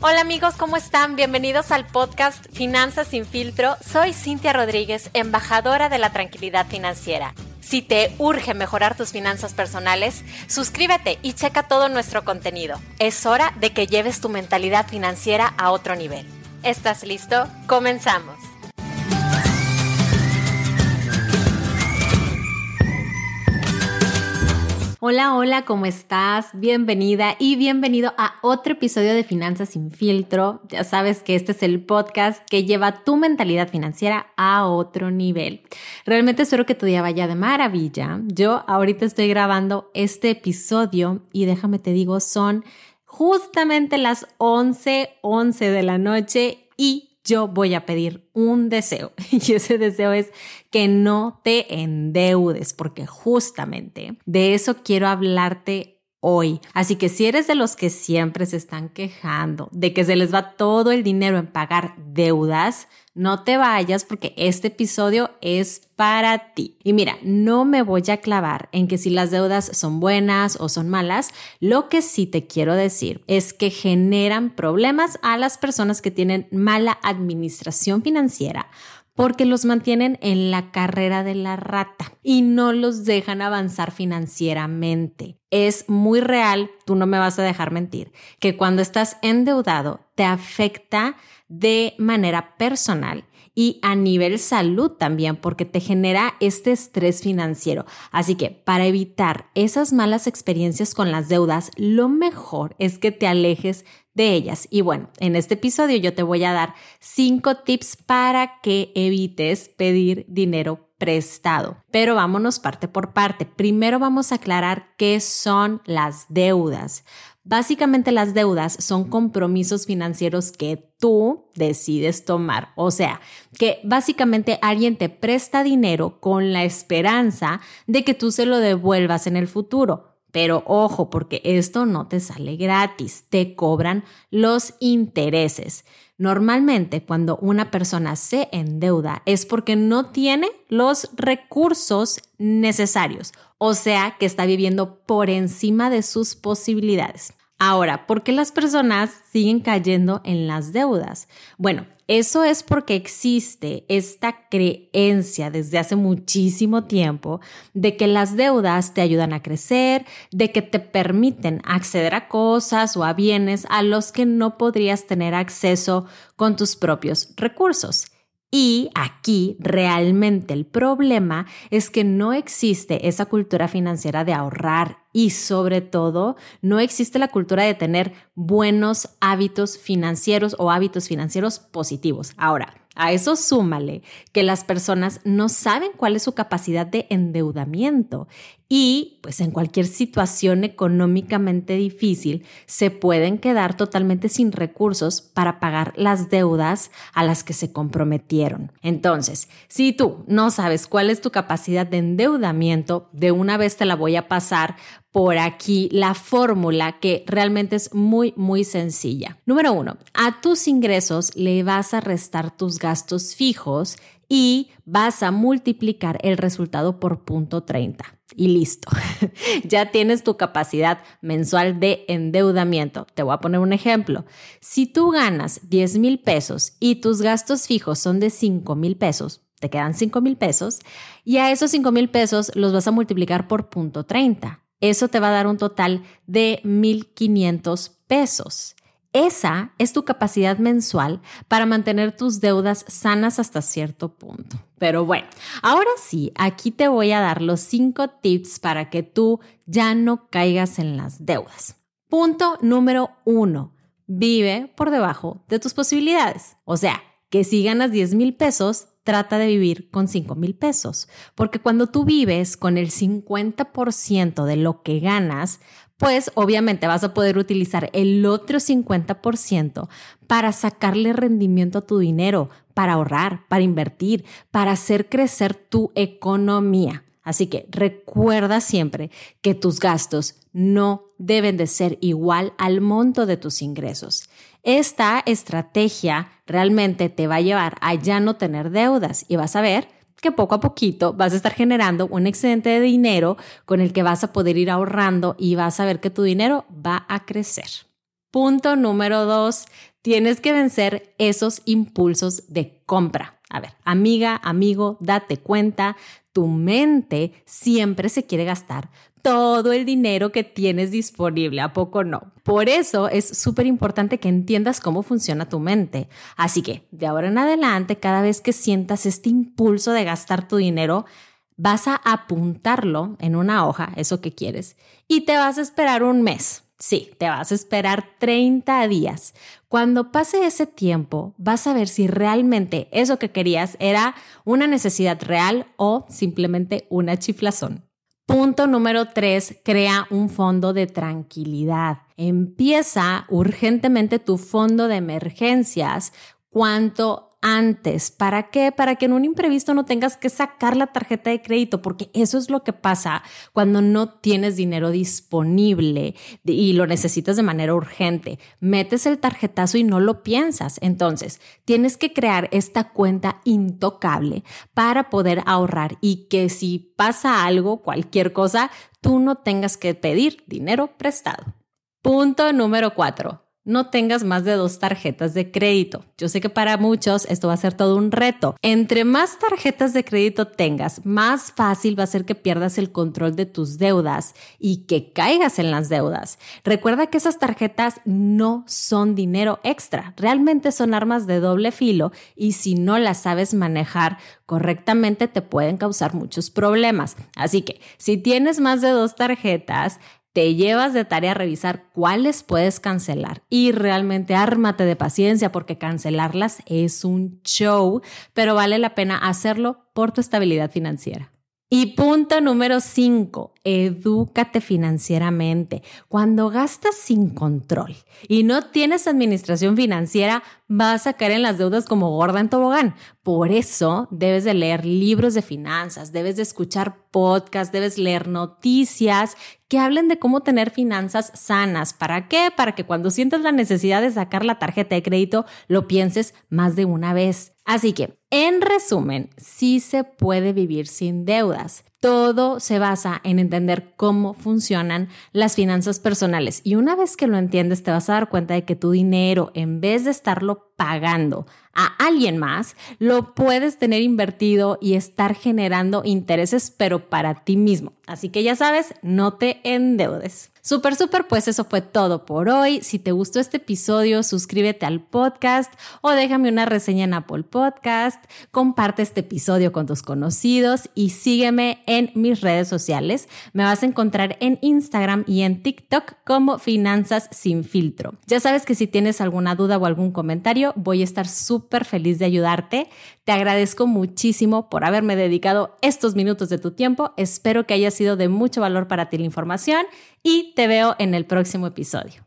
Hola amigos, ¿cómo están? Bienvenidos al podcast Finanzas sin filtro. Soy Cintia Rodríguez, embajadora de la tranquilidad financiera. Si te urge mejorar tus finanzas personales, suscríbete y checa todo nuestro contenido. Es hora de que lleves tu mentalidad financiera a otro nivel. ¿Estás listo? ¡Comenzamos! Hola, ¿cómo estás? Bienvenida y bienvenido a otro episodio de Finanzas sin filtro. Ya sabes que este es el podcast que lleva tu mentalidad financiera a otro nivel. Realmente espero que tu día vaya de maravilla. Yo ahorita estoy grabando este episodio y déjame te digo, son justamente las 11:11 de la noche y yo voy a pedir un deseo y ese deseo es que no te endeudes porque justamente de eso quiero hablarte hoy. Así que si eres de los que siempre se están quejando de que se les va todo el dinero en pagar deudas, no te vayas porque este episodio es para ti. Y mira, no me voy a clavar en que si las deudas son buenas o son malas. Lo que sí te quiero decir es que generan problemas a las personas que tienen mala administración financiera porque los mantienen en la carrera de la rata y no los dejan avanzar financieramente. Es muy real, tú no me vas a dejar mentir, que cuando estás endeudado te afecta de manera personal y a nivel salud también porque te genera este estrés financiero. Así que para evitar esas malas experiencias con las deudas, lo mejor es que te alejes de ellas. Y bueno, en este episodio yo te voy a dar 5 tips para que evites pedir dinero prestado. Pero vámonos parte por parte. Primero vamos a aclarar qué son las deudas. Básicamente las deudas son compromisos financieros que tú decides tomar. O sea, que básicamente alguien te presta dinero con la esperanza de que tú se lo devuelvas en el futuro. Pero ojo, porque esto no te sale gratis, te cobran los intereses. Normalmente cuando una persona se endeuda es porque no tiene los recursos necesarios, o sea que está viviendo por encima de sus posibilidades. Ahora, ¿por qué las personas siguen cayendo en las deudas? Bueno, eso es porque existe esta creencia desde hace muchísimo tiempo de que las deudas te ayudan a crecer, de que te permiten acceder a cosas o a bienes a los que no podrías tener acceso con tus propios recursos. Y aquí realmente el problema es que no existe esa cultura financiera de ahorrar y sobre todo no existe la cultura de tener buenos hábitos financieros o hábitos financieros positivos. Ahora, a eso súmale que las personas no saben cuál es su capacidad de endeudamiento y pues en cualquier situación económicamente difícil se pueden quedar totalmente sin recursos para pagar las deudas a las que se comprometieron. Entonces, si tú no sabes cuál es tu capacidad de endeudamiento, de una vez te la voy a pasar por aquí la fórmula que realmente es muy sencilla. Número 1, a tus ingresos le vas a restar tus gastos fijos y vas a multiplicar el resultado por 0.30 y listo. Ya tienes tu capacidad mensual de endeudamiento. Te voy a poner un ejemplo. Si tú ganas 10,000 pesos y tus gastos fijos son de 5,000 pesos, te quedan 5,000 pesos y a esos 5,000 pesos los vas a multiplicar por 0.30. Eso te va a dar un total de 1,500 pesos. Esa es tu capacidad mensual para mantener tus deudas sanas hasta cierto punto. Pero bueno, ahora sí, aquí te voy a dar los 5 tips para que tú ya no caigas en las deudas. Punto número 1, vive por debajo de tus posibilidades. O sea, que si ganas 10,000 pesos, trata de vivir con 5,000 pesos, porque cuando tú vives con el 50% de lo que ganas, pues obviamente vas a poder utilizar el otro 50% para sacarle rendimiento a tu dinero, para ahorrar, para invertir, para hacer crecer tu economía. Así que recuerda siempre que tus gastos no deben de ser igual al monto de tus ingresos. Esta estrategia realmente te va a llevar a ya no tener deudas y vas a ver que poco a poquito vas a estar generando un excedente de dinero con el que vas a poder ir ahorrando y vas a ver que tu dinero va a crecer. Punto número 2, tienes que vencer esos impulsos de compra. A ver, amiga, amigo, date cuenta, tu mente siempre se quiere gastar todo el dinero que tienes disponible, ¿a poco no? Por eso es súper importante que entiendas cómo funciona tu mente. Así que de ahora en adelante, cada vez que sientas este impulso de gastar tu dinero, vas a apuntarlo en una hoja, eso que quieres, y te vas a esperar un mes. Sí, te vas a esperar 30 días. Cuando pase ese tiempo, vas a ver si realmente eso que querías era una necesidad real o simplemente una chiflazón. Punto número 3, crea un fondo de tranquilidad. Empieza urgentemente tu fondo de emergencias cuanto antes. ¿Para qué? Para que en un imprevisto no tengas que sacar la tarjeta de crédito, porque eso es lo que pasa cuando no tienes dinero disponible y lo necesitas de manera urgente. Metes el tarjetazo y no lo piensas. Entonces, tienes que crear esta cuenta intocable para poder ahorrar y que si pasa algo, cualquier cosa, tú no tengas que pedir dinero prestado. Punto número 4. No tengas más de 2 tarjetas de crédito. Yo sé que para muchos esto va a ser todo un reto. Entre más tarjetas de crédito tengas, más fácil va a ser que pierdas el control de tus deudas y que caigas en las deudas. Recuerda que esas tarjetas no son dinero extra, realmente son armas de doble filo y si no las sabes manejar correctamente te pueden causar muchos problemas. Así que si tienes más de 2 tarjetas, te llevas de tarea a revisar cuáles puedes cancelar y realmente ármate de paciencia porque cancelarlas es un show, pero vale la pena hacerlo por tu estabilidad financiera. Y punto número 5, edúcate financieramente. Cuando gastas sin control y no tienes administración financiera, vas a caer en las deudas como gorda en tobogán. Por eso debes de leer libros de finanzas, debes de escuchar podcasts, debes leer noticias que hablen de cómo tener finanzas sanas. ¿Para qué? Para que cuando sientas la necesidad de sacar la tarjeta de crédito, lo pienses más de una vez. Así que, en resumen, sí se puede vivir sin deudas. Todo se basa en entender cómo funcionan las finanzas personales. Y una vez que lo entiendes, te vas a dar cuenta de que tu dinero, en vez de estarlo pagando a alguien más, lo puedes tener invertido y estar generando intereses, pero para ti mismo. Así que ya sabes, no te endeudes. Súper, pues eso fue todo por hoy. Si te gustó este episodio, suscríbete al podcast o déjame una reseña en Apple Podcast. Comparte este episodio con tus conocidos y sígueme en mis redes sociales. Me vas a encontrar en Instagram y en TikTok como Finanzas Sin Filtro. Ya sabes que si tienes alguna duda o algún comentario, voy a estar súper feliz de ayudarte. Te agradezco muchísimo por haberme dedicado estos minutos de tu tiempo. Espero que haya sido de mucho valor para ti la información y te veo en el próximo episodio.